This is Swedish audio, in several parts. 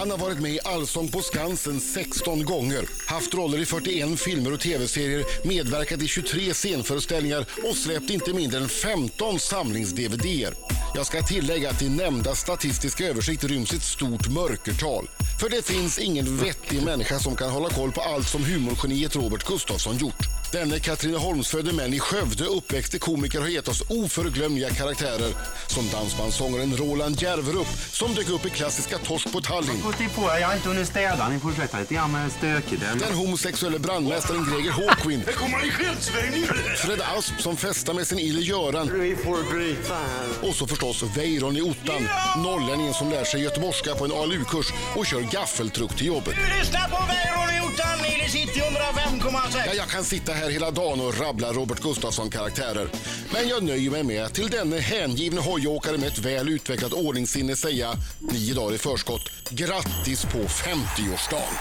Han har varit med i Allsång på Skansen 16 gånger, haft roller i 41 filmer och tv-serier, medverkat i 23 scenföreställningar och släppt inte mindre än 15 samlings-DVD:er. Jag ska tillägga att i nämnda statistiska översikt ryms ett stort mörkertal. För det finns ingen vettig människa som kan hålla koll på allt som humorgeniet Robert Gustafsson gjort. Denne Katrineholmsfödde män i Skövde uppväxte komiker har gett oss oförglömliga karaktärer som dansbandssångaren Roland Järverup som dök upp i klassiska Torsk på Tallinn. Jag har inte hunnit städa, ni fortsätter lite grann med stökigt. Den homosexuella brandmästaren Greger Håkvind. Det kommer i skensvängningar. Fred Asp som festar med sin ille Göran. Vi får bryta här. Och så förstås Weiron i Ottan. Norrlänningen som lär sig göteborgska på en ALU-kurs och kör gaffeltruck till jobbet. Du lyssnar på Weiron i Ottan i City 105,6. Ja, jag kan sitta här hela dagen och rabbla Robert Gustafsson-karaktärer. Men jag nöjer mig med att till denne hängivne hojåkare med ett väl utvecklat ordningssinne säga 9 dagar i förskott. Grattis på 50-årsdagen!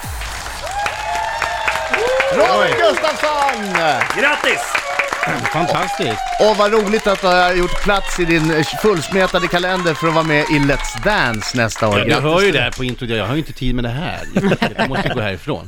Robert Gustafsson! Grattis! Fantastiskt. Och vad roligt att du har gjort plats i din fullsmetade kalender för att vara med i Let's Dance nästa år. Jag hör ju det här på intro, jag har ju inte tid med det här. Jag måste gå härifrån.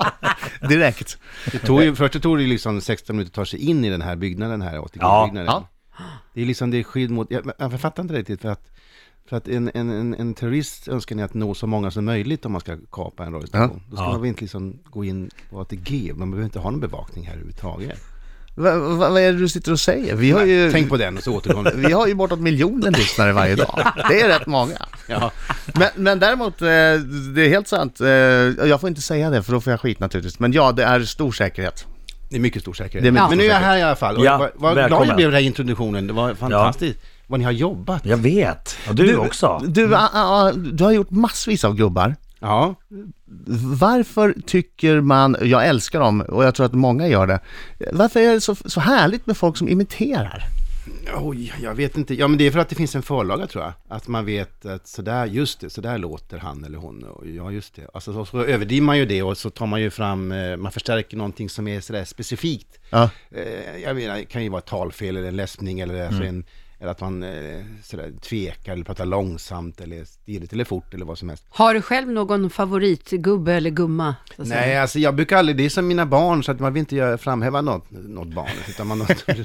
Direkt. Först tog det liksom 16 minuter att ta sig in i den här byggnaden här, ATG-byggnaden. Ja. Det är liksom det skydd mot, jag fattar inte riktigt för att en terrorist önskar att nå så många som möjligt om man ska kapa en radiostation. Då ska man väl inte liksom gå in på ATG, man behöver inte ha någon bevakning här överhuvudtaget. Vad är det du sitter och säger? Vi har ju, tänk på den och så återgår. Vi har ju bortåt 1 miljon lyssnare varje dag. Det är rätt många. Ja. Men däremot, det är helt sant. Jag får inte säga det för då får jag skit naturligtvis. Men ja, det är stor säkerhet. Det är mycket stor säkerhet. Det är Men nu är jag här i alla fall. Vad glad jag blev den här introduktionen. Det var fantastiskt. Vad ni har jobbat. Jag vet. Och du också. Du har gjort massvis av gubbar. Ja. Varför tycker man, jag älskar dem och jag tror att många gör det, varför är det så härligt med folk som imiterar? Oj, jag vet inte. Ja, men det är för att det finns en förlaga, tror jag. Att man vet att sådär, just det, sådär låter han eller hon. Och ja, just det. Alltså så överdriver man ju det och så tar man ju fram, man förstärker någonting som är sådär specifikt. Ja. Jag menar, det kan ju vara ett talfel eller en läspning eller eller att man sådär tvekar eller pratar långsamt eller stirrigt eller fort eller vad som helst. Har du själv någon favoritgubbe eller gumma? Nej, alltså jag brukar aldrig, det är som mina barn så att man vill inte framhäva något barn utan man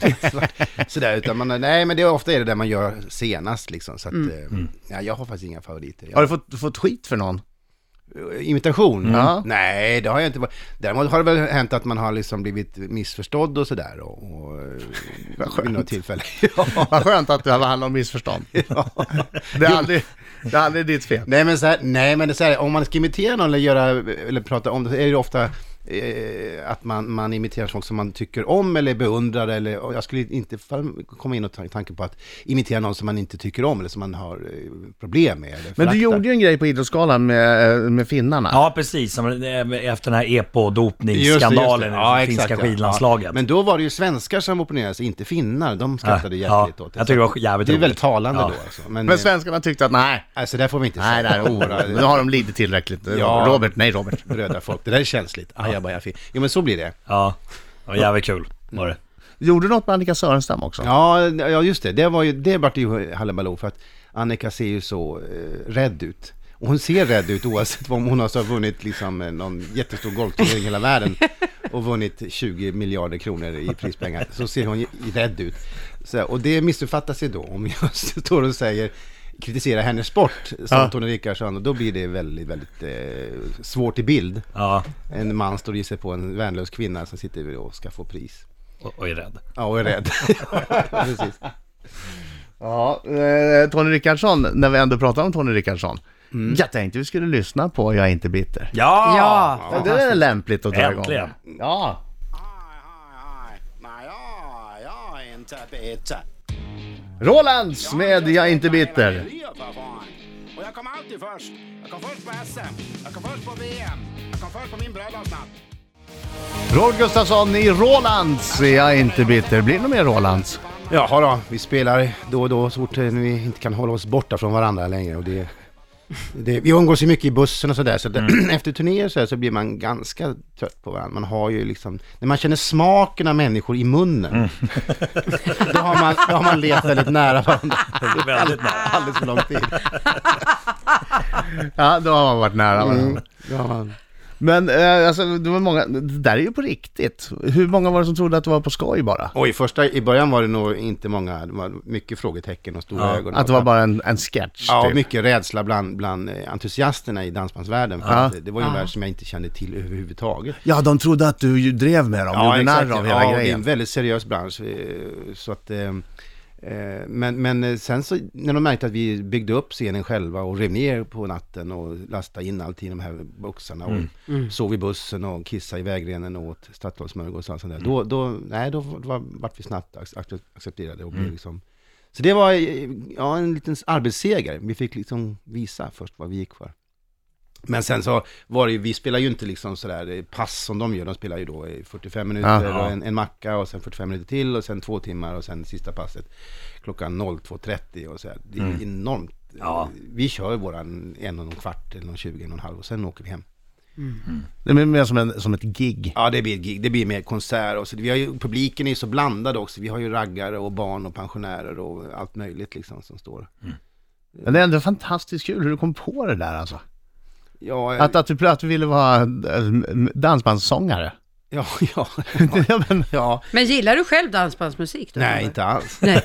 sådär, utan man, nej men det är ofta är det där man gör senast liksom så att ja, jag har faktiskt inga favoriter. Har du fått skit för någon? Imitation? Ja. Nej, det har jag inte. Däremot har det väl hänt att man har liksom blivit missförstådd och sådär och vid något tillfälle. Vad skönt att det handlar om missförstånd. Ja. Det är aldrig ditt fel. Nej men det är så här, om man ska imitera någon eller prata om det så är det ofta att man imiterar folk som man tycker om eller beundrar eller, och jag skulle inte komma in och tanke på att imitera någon som man inte tycker om eller som man har problem med. Men du gjorde ju en grej på Idrottsgalan med finnarna. Ja, precis. Efter den här EPO-dopningsskandalen i finska skidlandslaget. Ja. Men då var det ju svenskar som opponerade sig, inte finnar. De skrattade hjärtligt åt det. Jag tycker det var jävligt. Det är väldigt talande då. Alltså. Men svenskarna tyckte att nej. Alltså där får vi inte säga. Nej, nu har de lidit tillräckligt. Ja. Robert. Röda folk. Det där är känsligt. Jo, men så blir det. Ja, det var jävligt kul. Var det. Gjorde du något med Annika Sörenstam också? Ja, just det. Det var ju Hallabaloo för att Annika ser ju så rädd ut. Och hon ser rädd ut oavsett om hon har vunnit liksom någon jättestor golfturnering i hela världen och vunnit 20 miljarder kronor i prispengar. Så ser hon rädd ut. Så, och det missuppfattas ju då om jag står och säger kritisera hennes sport som Tony Rickardsson och då blir det väldigt, väldigt svårt i bild. Ja. En man står i sig på en värnlös kvinna som sitter och ska få pris. Och är rädd. Ja, och är rädd. Precis. Ja, Tony Rickardsson, när vi ändå pratar om Tony Rickardsson. Jag tänkte vi skulle lyssna på Jag är inte bitter. Ja. Det är lämpligt att dra igång. Äntligen. Ja. Nej, jag är inte bitter. Rolands med Jag är inte bitter. Och jag kom alltid först. Jag kom först på SM. Jag kom först på VM. Jag kom först på min bröllopsnatt. Robert Gustafsson i Rolands. Jag är inte bitter. Blir det något mer Rolands? Ja då, vi spelar då och då så fort vi inte kan hålla oss borta från varandra längre och det Vi umgås ju mycket i bussen och sådär, så efter turnéer så blir man ganska trött på varandra. Man har ju liksom, när man känner smaken av människor i munnen, då har man levt väldigt nära varandra. Väldigt nära. Alldeles för lång tid. Ja, då har man varit nära varandra. Ja. Men alltså, det var många, det där är ju på riktigt. Hur många var det som trodde att det var på skoj bara? Oj, i början var det nog inte många, det var mycket frågetecken och stora ögon. Att det var bara en sketch. Ja, typ. och mycket rädsla bland entusiasterna i dansbandsvärlden. För att det var ju en värld som jag inte kände till överhuvudtaget. Ja, de trodde att du drev med dem, gjorde narr av hela grejen. Det är en väldigt seriös bransch. Så att, men sen så, när de märkte att vi byggde upp scenen själva och rev ner på natten och lastade in allt i de här boxarna och sov i bussen och kissade i vägrenen och åt Statoilsmörgås och sånt där. Då vart vi snabbt accepterade och blev liksom. Så det var en liten arbetsseger. Vi fick liksom visa först vad vi gick för. Men sen så var det ju, vi spelar ju inte liksom sådär pass som de gör. De spelar ju då i 45 minuter och en macka och sen 45 minuter till och sen 2 timmar och sen sista passet klockan 02.30 och så här. Det är enormt. Ja. Vi kör våran 1,25 eller 20, 1,5 och sen åker vi hem. Det är mer som ett gig. Ja, det blir ett gig. Det blir mer konsert och så. Vi har ju, publiken är så blandad också. Vi har ju raggare och barn och pensionärer och allt möjligt liksom som står. Men det är ändå fantastiskt kul hur du kom på det där alltså. Ja, att du ville vara dansbandssångare. Ja. Men gillar du själv dansbandsmusik då? Nej, inte alls. Nej.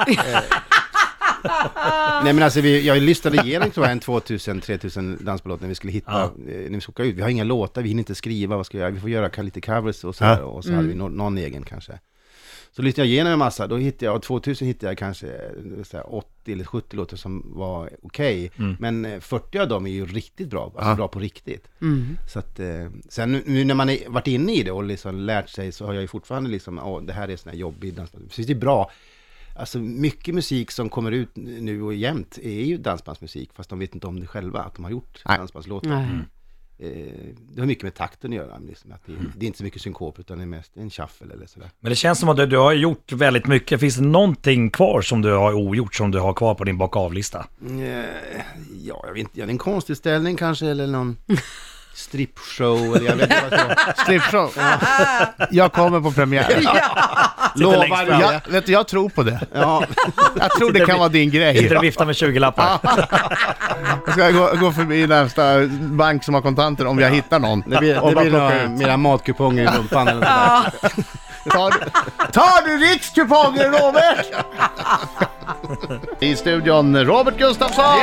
Nej, men alltså jag lyssnade igenom tror jag en 2000-3000 dansbandlåt när vi skulle hitta, när vi ska åka ut. Vi har inga låtar, vi hinner inte skriva, vad ska jag göra? Vi får göra lite covers och så här, och så hade vi någon egen kanske. Så lyssnade jag igenom en massa, då hittade jag, 2000 hittade jag kanske 80 eller 70 låtar som var okej. Men 40 av dem är ju riktigt bra, alltså bra på riktigt. Så att, sen nu när man har varit inne i det och liksom lärt sig så har jag ju fortfarande liksom, det här är sån här jobbig dansband. Precis, det är bra. Alltså mycket musik som kommer ut nu och jämt är ju dansbandsmusik, fast de vet inte om det själva, att de har gjort dansbandslåtar. Det har mycket med takten att göra liksom, att det är inte så mycket synkop utan det är mest en shuffle eller sådär. Men det känns som att du har gjort väldigt mycket. Finns det någonting kvar som du har ogjort som du har kvar på din baka-av-lista? Ja, jag vet inte, en konstutställning kanske eller någon strippshow eller jag vet inte vad det är. Strippshow? Jag kommer på premiär. Lovar, jag tror på det. Ja. Jag tror det kan vara din grej. Inte vifta med 20-lappar. Jag ska gå förbi nästa bank som har kontanter om jag hittar någon. Det blir mina matkuponger i rumpan eller Tar du rikskuponger, Robert? I studion Robert Gustafsson.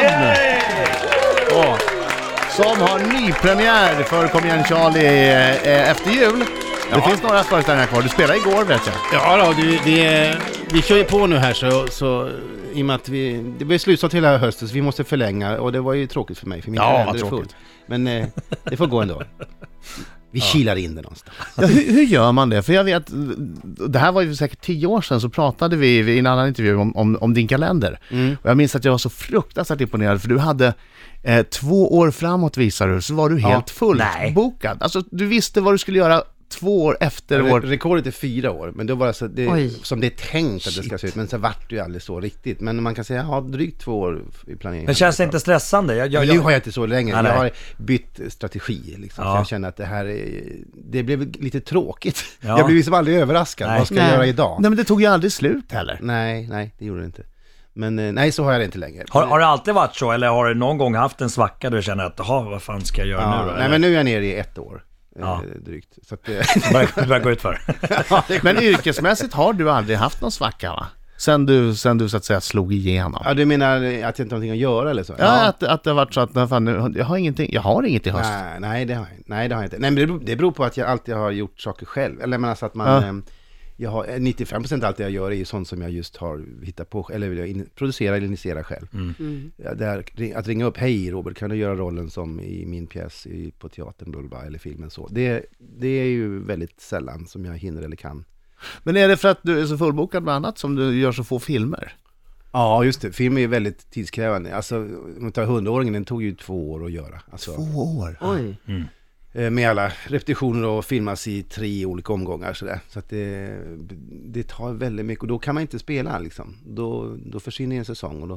Som har nypremiär för Kom igen Charlie efter jul. Det finns några föreställningar kvar. Du spelade igår, vet jag. Ja då, vi kör ju på nu här så i och med att det blir slutsålt hela hösten så vi måste förlänga och det var ju tråkigt för mig för min kalender är full. Men det får gå ändå. Vi kilar in det någonstans. Ja, hur gör man det? För jag vet, det här var ju säkert 10 år sedan så pratade vi i en annan intervju om din kalender. Och jag minns att jag var så fruktansvärt imponerad för du hade 2 år framåt visar du, så var du helt fullbokad. Alltså du visste vad du skulle göra 2 år efter år. Rekordet är 4 år, men då var det så som det är tänkt att det ska se ut, men så vart det ju aldrig så riktigt. Men man kan säga, drygt 2 år i planeringen. Men känns det inte stressande? Nu har jag inte så länge. Jag har bytt strategi liksom, för jag känner att det blev lite tråkigt. Jag blev liksom aldrig överraskad. Vad ska jag göra idag? Nej, men det tog ju aldrig slut heller. Nej, det gjorde det inte. Men nej, så har jag det inte längre. Har det alltid varit så, eller har du någon gång haft en svacka där du känner att, vad fan ska jag göra nu då? Nej, men nu är jag nere i 1 år. Drygt. Så att det börjar gå ut för. Men yrkesmässigt har du aldrig haft någon svacka, va? Sen du så att säga slog igenom. Ja, du menar att jag inte har någonting att göra eller så? Ja, att det har varit så att fan, jag har inget i höst. Nej, det har jag inte. Nej, men det beror på att jag alltid har gjort saker själv. Eller men alltså att man... Jag har 95% allt det jag gör är ju sånt som jag just har hittat på eller producerar eller initierar själv. Att ringa upp, hej Robert, kan du göra rollen som i min pjäs på teatern Bulba eller filmen så. Det är ju väldigt sällan som jag hinner eller kan. Men är det för att du är så fullbokad med annat som du gör så få filmer? Ja, just det. Film är ju väldigt tidskrävande. Alltså, om man tar 100-åringen, den tog ju 2 år att göra. Alltså, 2 år? Oj. Med alla repetitioner och filmas i 3 olika omgångar sådär. Så att det tar väldigt mycket och då kan man inte spela liksom. Då försvinner en säsong och då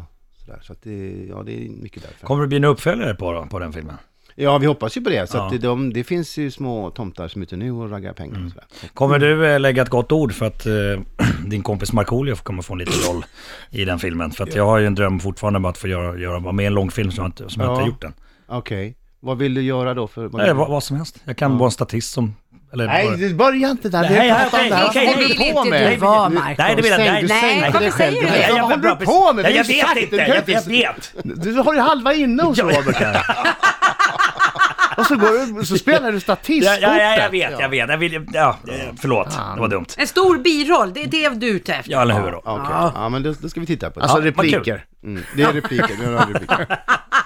Så att det är mycket därför. Kommer det bli en uppföljare på den filmen? Ja, vi hoppas ju på det. Så att det finns ju små tomtar som är ute nu och raggar pengar. Kommer du lägga ett gott ord för att din kompis Markoolio kommer få en liten roll i den filmen? För att jag har ju en dröm fortfarande om att få vara med i en långfilm som jag inte har gjort den. Okej. Vad vill du göra då? Vad som helst. Jag kan vara en statist som... Nej, börja inte där. Nej, okej. Det vill inte du vara, Marcos. Nej, det vill jag inte. Nej, varför säger du det? Vad håller du på med? Jag vet inte, jag vet. Du har ju halva inne hos Robert här. Och så spelar du statist. Jag vet. Förlåt, det var dumt. En stor biroll, det är det du är ute efter. Ja, eller hur då? Okej. Ja, men då ska vi titta på det. Alltså repliker. Det är repliker.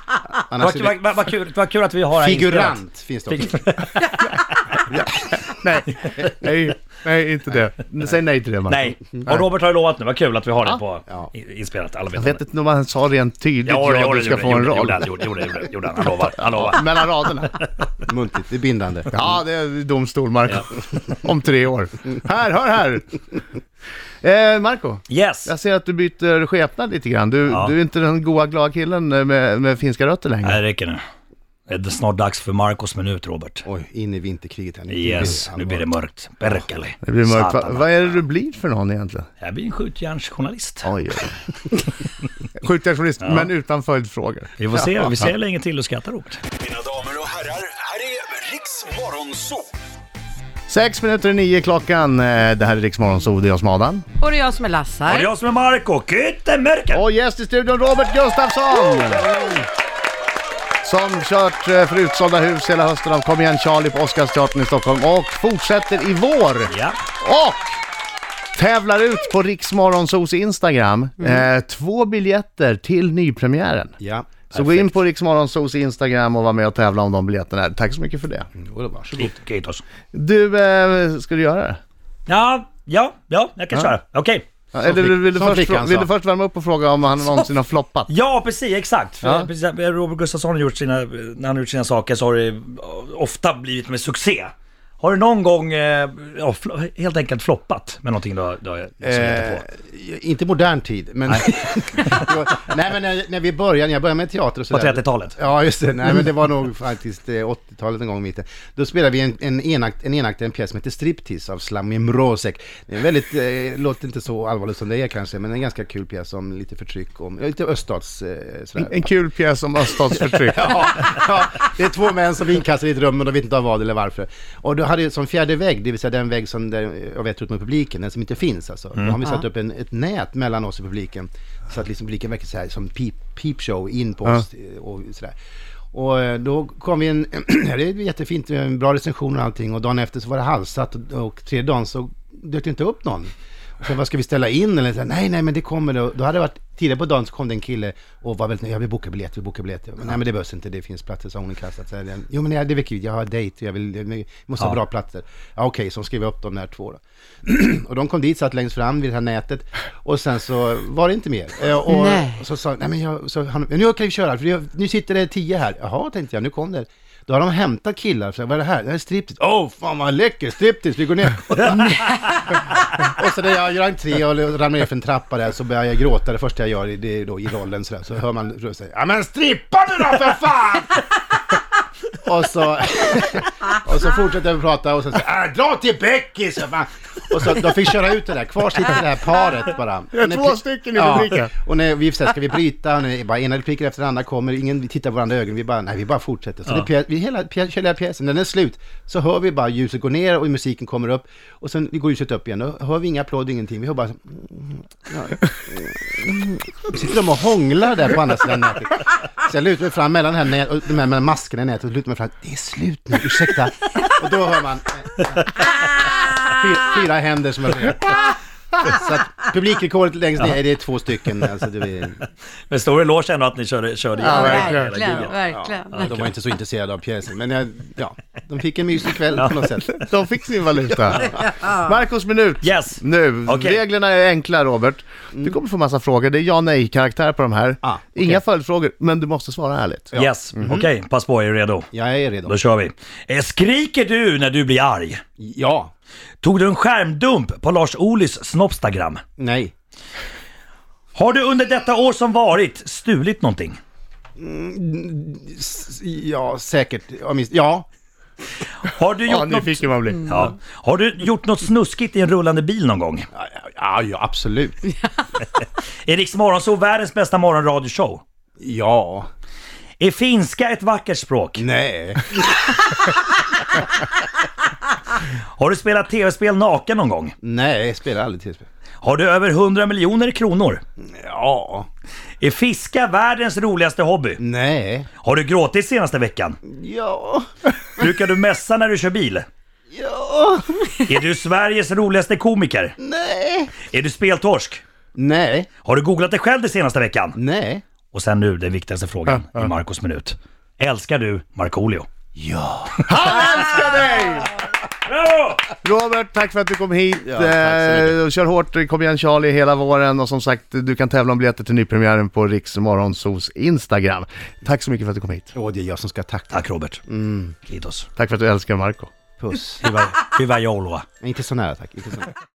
Vad kul att vi har figurant finns det också. Nej, inte det. Säg nej till det, Marco. Nej, och Robert har ju lovat nu, vad kul att vi har det på inspelat. Alla jag vet inte om han sa rent tydligt att du ska få en roll. Gjorde han lovar. Mellan raderna. Muntligt, det är bindande. Ja, det är domstol, Marco. Om 3 år. Hör här. Marco, yes. Jag ser att du byter skepnad lite grann. Du är inte den goa, glada killen med finska rötter längre. Nej, det räcker nu. Det är snart dags för Marcos minut, Robert. Oj, in i vinterkriget här. Yes, nu blir det mörkt. Perkele. Det blir mörkt. Vad är det du blir för någon egentligen? Jag blir en skjutjärnsjournalist. Oj. Skjutjärnsjournalist, men utan följdfrågor. Vi får se, vi ser länge till och skrattar, Robert. Mina damer och herrar, här är Riks Morgonzoo. 8:06 klockan. Det här är Riks Morgonzoo, det är jag som Adam. Och det är jag som är Lasse. Och det är jag som är Marco, Kyttemörker. Och gäst i studion Robert Gustafsson. Som kört för utsålda hus hela hösten av Kom igen Charlie på Oscarsteatern i Stockholm. Och fortsätter i vår. Ja. Och tävlar ut på Riks Morgonzoos Instagram 2 biljetter till nypremiären. Ja. Så gå in på Riks Morgonzoos Instagram och var med och tävla om de biljetterna. Tack så mycket för det. Varsågod. Du, ska du göra det? Ja, jag kan köra. Okej. Eller vill du först värma upp och fråga om han någonsin har floppat? Ja, precis, exakt. Precis, Robert Gustafsson har gjort när han har gjort sina saker så har det ofta blivit med succé. Har du någon gång helt enkelt floppat med någonting du har på? Inte modern tid, men nej, men när vi började, jag började med teater och så på 30-talet. Ja, just det. Nej, men det var nog faktiskt 80-talet en gång i mitten. Då spelade vi en pjäs som heter Striptease av Slami Mrozek. Det är väldigt låter inte så allvarligt som det är kanske, men en ganska kul pjäs om lite förtryck om lite öststats en kul pjäs om öststatsförtryck. ja, det är 2 män som inkastar i ett rum och de vet inte vad eller varför. Och då hade som fjärde vägg, det vill säga den vägg som jag vet ut med publiken, den som inte finns alltså. Då har vi satt upp ett nät mellan oss och publiken så att liksom publiken verkar så här som peepshow in på oss och sådär. Och då kom vi det är jättefint, en bra recension och allting, och dagen efter så var det halvsatt och 3 dagar så dök det inte upp någon. Och sen, vad ska vi ställa in? Eller så, nej men det kommer då hade det varit tidigare på dagen så kom det en kille och var väldigt, jag vill boka biljett. Men nej men det behövs inte, det finns platser som hon kastat. Jo men det är viktigt, jag har dejt, jag måste ha bra platser. Ja okej, så skrev jag upp de där 2 då. Och de kom dit, satt längst fram vid det här nätet och sen så var det inte mer. Och så sa nej men nu kan vi köra för nu sitter det 10 här. Jaha, tänkte jag, nu kom det. Då har de hämtat killar, så vad är det här? Det här är striptease. Fan vad läcker, striptease, vi går ner. Och så när jag gör entré och ramlar ner för en trappa där så börjar jag gråta. Det första jag gör det är då i rollen sådär. Så hör man rösten, ja men strippa nu då för fan! och så fortsätter vi prata och så säger dra till Beckis! Och så de fick köra ut det där. Kvar sitter det här paret bara. Det är 2 stycken i rubriken. Och när vi ska vi bryta och när bara ena repliker efter den andra kommer, vi tittar på varandra i ögonen, vi bara fortsätter. Så hela pjäsen, när den är slut så hör vi bara ljuset gå ner och musiken kommer upp och sen går ljuset upp igen. Då hör vi inga applåder, ingenting. Vi hör bara vi sitter de och hånglar där på andra sidan nätet. Så jag lutar mig fram mellan de här maskerna i nätet och lutar mig fram. Det är slut nu, ursäkta. Och då hör man 4 händer som är så att publikrekordet längst ner det är 2 stycken alltså Men stor eloge ändå att ni körde ja, verkligen. Ja, de var inte så intresserade av pjäsen, men de fick en mysig kväll på något sätt. De fick sin valuta. Marcos minut. Yes. Nu. Okay. Reglerna är enkla, Robert. Du kommer få massa frågor. Det är ja-nej-karaktär på de här. Okay. Inga följdfrågor, men du måste svara ärligt. Ja. Yes. Okej, pass på, är du redo? Jag är redo. Då kör vi. Skriker du när du blir arg? Ja. Tog du en skärmdump på Lars Ohlys Snopstagram? Nej. Har du under detta år som varit stulit någonting? Ja, säkert. Ja. Har du gjort något... fick man bli. Ja. Har du gjort något snuskigt i en rullande bil någon gång? Ja, absolut. Är Rix Morgonzoo världens bästa morgonradioshow? Ja. Är finska ett vackert språk? Nej. Har du spelat tv-spel naken någon gång? Nej, jag spelar aldrig tv-spel. Har du över 100 miljoner kronor? Ja. Är fiska världens roligaste hobby? Nej. Har du gråtit senaste veckan? Ja. Brukar du mässa när du kör bil? Ja. Är du Sveriges roligaste komiker? Nej. Är du speltorsk? Nej. Har du googlat dig själv den senaste veckan? Nej. Och sen nu den viktigaste frågan i Marcos minut. Älskar du Markoolio? Ja. Han älskar dig! Bravo! Robert, tack för att du kom hit. Ja, tack så mycket. Kör hårt, kom igen Charlie hela våren. Och som sagt, du kan tävla om biljetter till nypremiären på Rix Morgonzoos Instagram. Tack så mycket för att du kom hit. Det är jag som ska tacka. Tack Robert. Kiitos. Tack för att du älskar Marco. Puss. Hyvää joulua. Inte så nära, tack. Inte så nära.